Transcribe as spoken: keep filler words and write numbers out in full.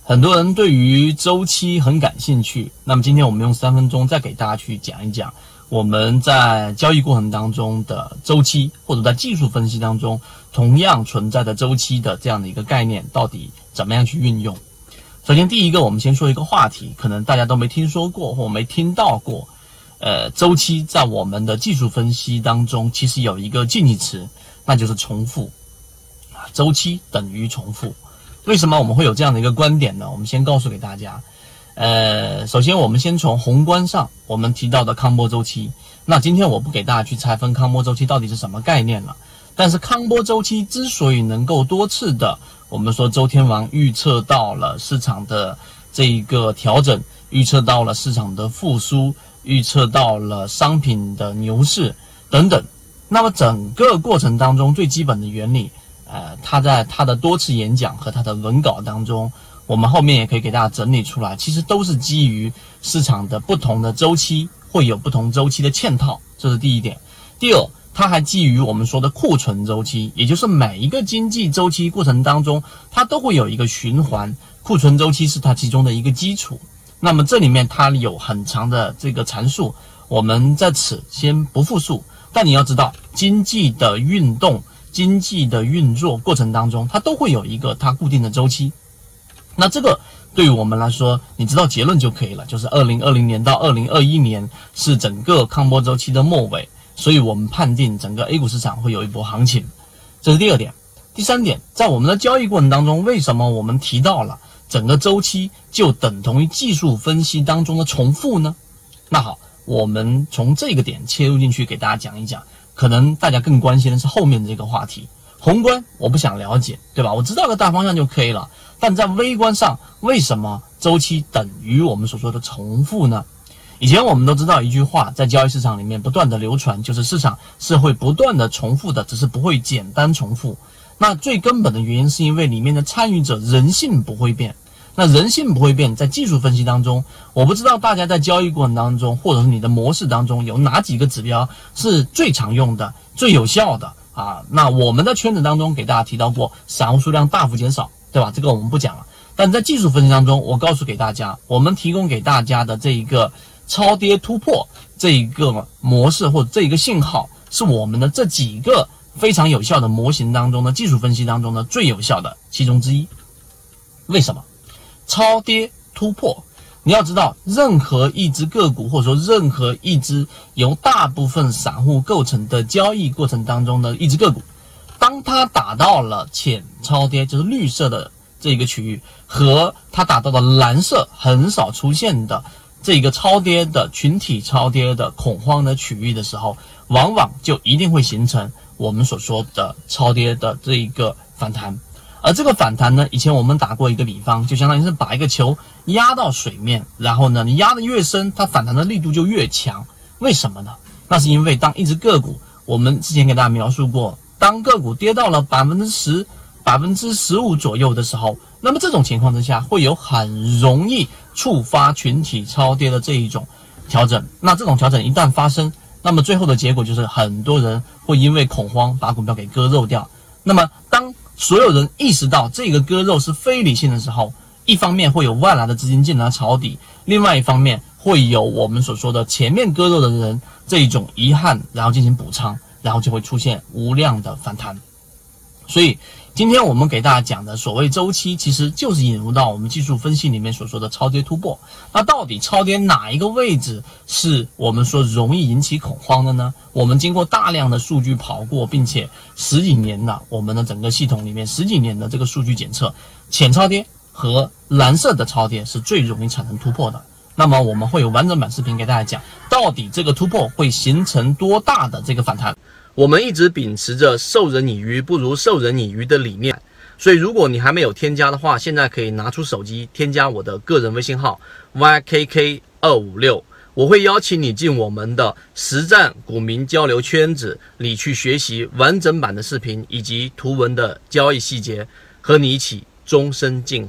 很多人对于周期很感兴趣，那么今天我们用三分钟再给大家去讲一讲我们在交易过程当中的周期，或者在技术分析当中同样存在的周期的这样的一个概念到底怎么样去运用。首先第一个，我们先说一个话题，可能大家都没听说过或没听到过。呃，周期在我们的技术分析当中其实有一个近义词，那就是重复。周期等于重复。为什么我们会有这样的一个观点呢？我们先告诉给大家。呃，首先我们先从宏观上我们提到的康波周期，那今天我不给大家去拆分康波周期到底是什么概念了，但是康波周期之所以能够多次的我们说周天王预测到了市场的这一个调整，预测到了市场的复苏，预测到了商品的牛市等等，那么整个过程当中最基本的原理，呃，他在他的多次演讲和他的文稿当中，我们后面也可以给大家整理出来，其实都是基于市场的不同的周期会有不同周期的嵌套，这是第一点。第二，它还基于我们说的库存周期，也就是每一个经济周期过程当中它都会有一个循环，库存周期是它其中的一个基础。那么这里面它有很长的这个阐述，我们在此先不复述，但你要知道经济的运动经济的运作过程当中它都会有一个它固定的周期。那这个对于我们来说，你知道结论就可以了，就是二零二零年到二零二一年是整个康波周期的末尾，所以我们判定整个 A 股市场会有一波行情，这是第二点。第三点，在我们的交易过程当中，为什么我们提到了整个周期就等同于技术分析当中的重复呢？那好，我们从这个点切入进去给大家讲一讲，可能大家更关心的是后面这个话题。宏观我不想了解，对吧？我知道个大方向就可以了，但在微观上，为什么周期等于我们所说的重复呢？以前我们都知道一句话，在交易市场里面不断的流传，就是市场是会不断的重复的，只是不会简单重复。那最根本的原因是因为里面的参与者人性不会变。那人性不会变，在技术分析当中，我不知道大家在交易过程当中，或者是你的模式当中，有哪几个指标是最常用的、最有效的啊？那我们的圈子当中给大家提到过，散户数量大幅减少，对吧？这个我们不讲了。但在技术分析当中，我告诉给大家，我们提供给大家的这一个超跌突破这一个模式或者这一个信号，是我们的这几个非常有效的模型当中的技术分析当中的最有效的其中之一。为什么？超跌突破，你要知道，任何一只个股或者说任何一只由大部分散户构成的交易过程当中的一只个股，当它打到了浅超跌，就是绿色的这个区域，和它打到了蓝色很少出现的这个超跌的群体超跌的恐慌的区域的时候，往往就一定会形成我们所说的超跌的这一个反弹。而这个反弹呢，以前我们打过一个比方，就相当于是把一个球压到水面，然后呢，你压得越深，它反弹的力度就越强。为什么呢？那是因为当一只个股，我们之前给大家描述过，当个股跌到了百分之十、百分之十五左右的时候，那么这种情况之下，会有很容易触发群体超跌的这一种调整。那这种调整一旦发生，那么最后的结果就是很多人会因为恐慌把股票给割肉掉。那么当所有人意识到这个割肉是非理性的时候，一方面会有外来的资金进来抄底，另外一方面会有我们所说的前面割肉的人这一种遗憾，然后进行补仓，然后就会出现无量的反弹。所以今天我们给大家讲的所谓周期，其实就是引入到我们技术分析里面所说的超跌突破。那到底超跌哪一个位置是我们说容易引起恐慌的呢？我们经过大量的数据跑过，并且十几年的我们的整个系统里面十几年的这个数据检测，浅超跌和蓝色的超跌是最容易产生突破的。那么我们会有完整版视频给大家讲，到底这个突破会形成多大的这个反弹。 我们一直秉持着授人以鱼不如授人以渔的理念，所以如果你还没有添加的话，现在可以拿出手机添加我的个人微信号 Y K K 二五六， 我会邀请你进我们的实战股民交流圈子里去学习完整版的视频以及图文的交易细节，和你一起终身进化。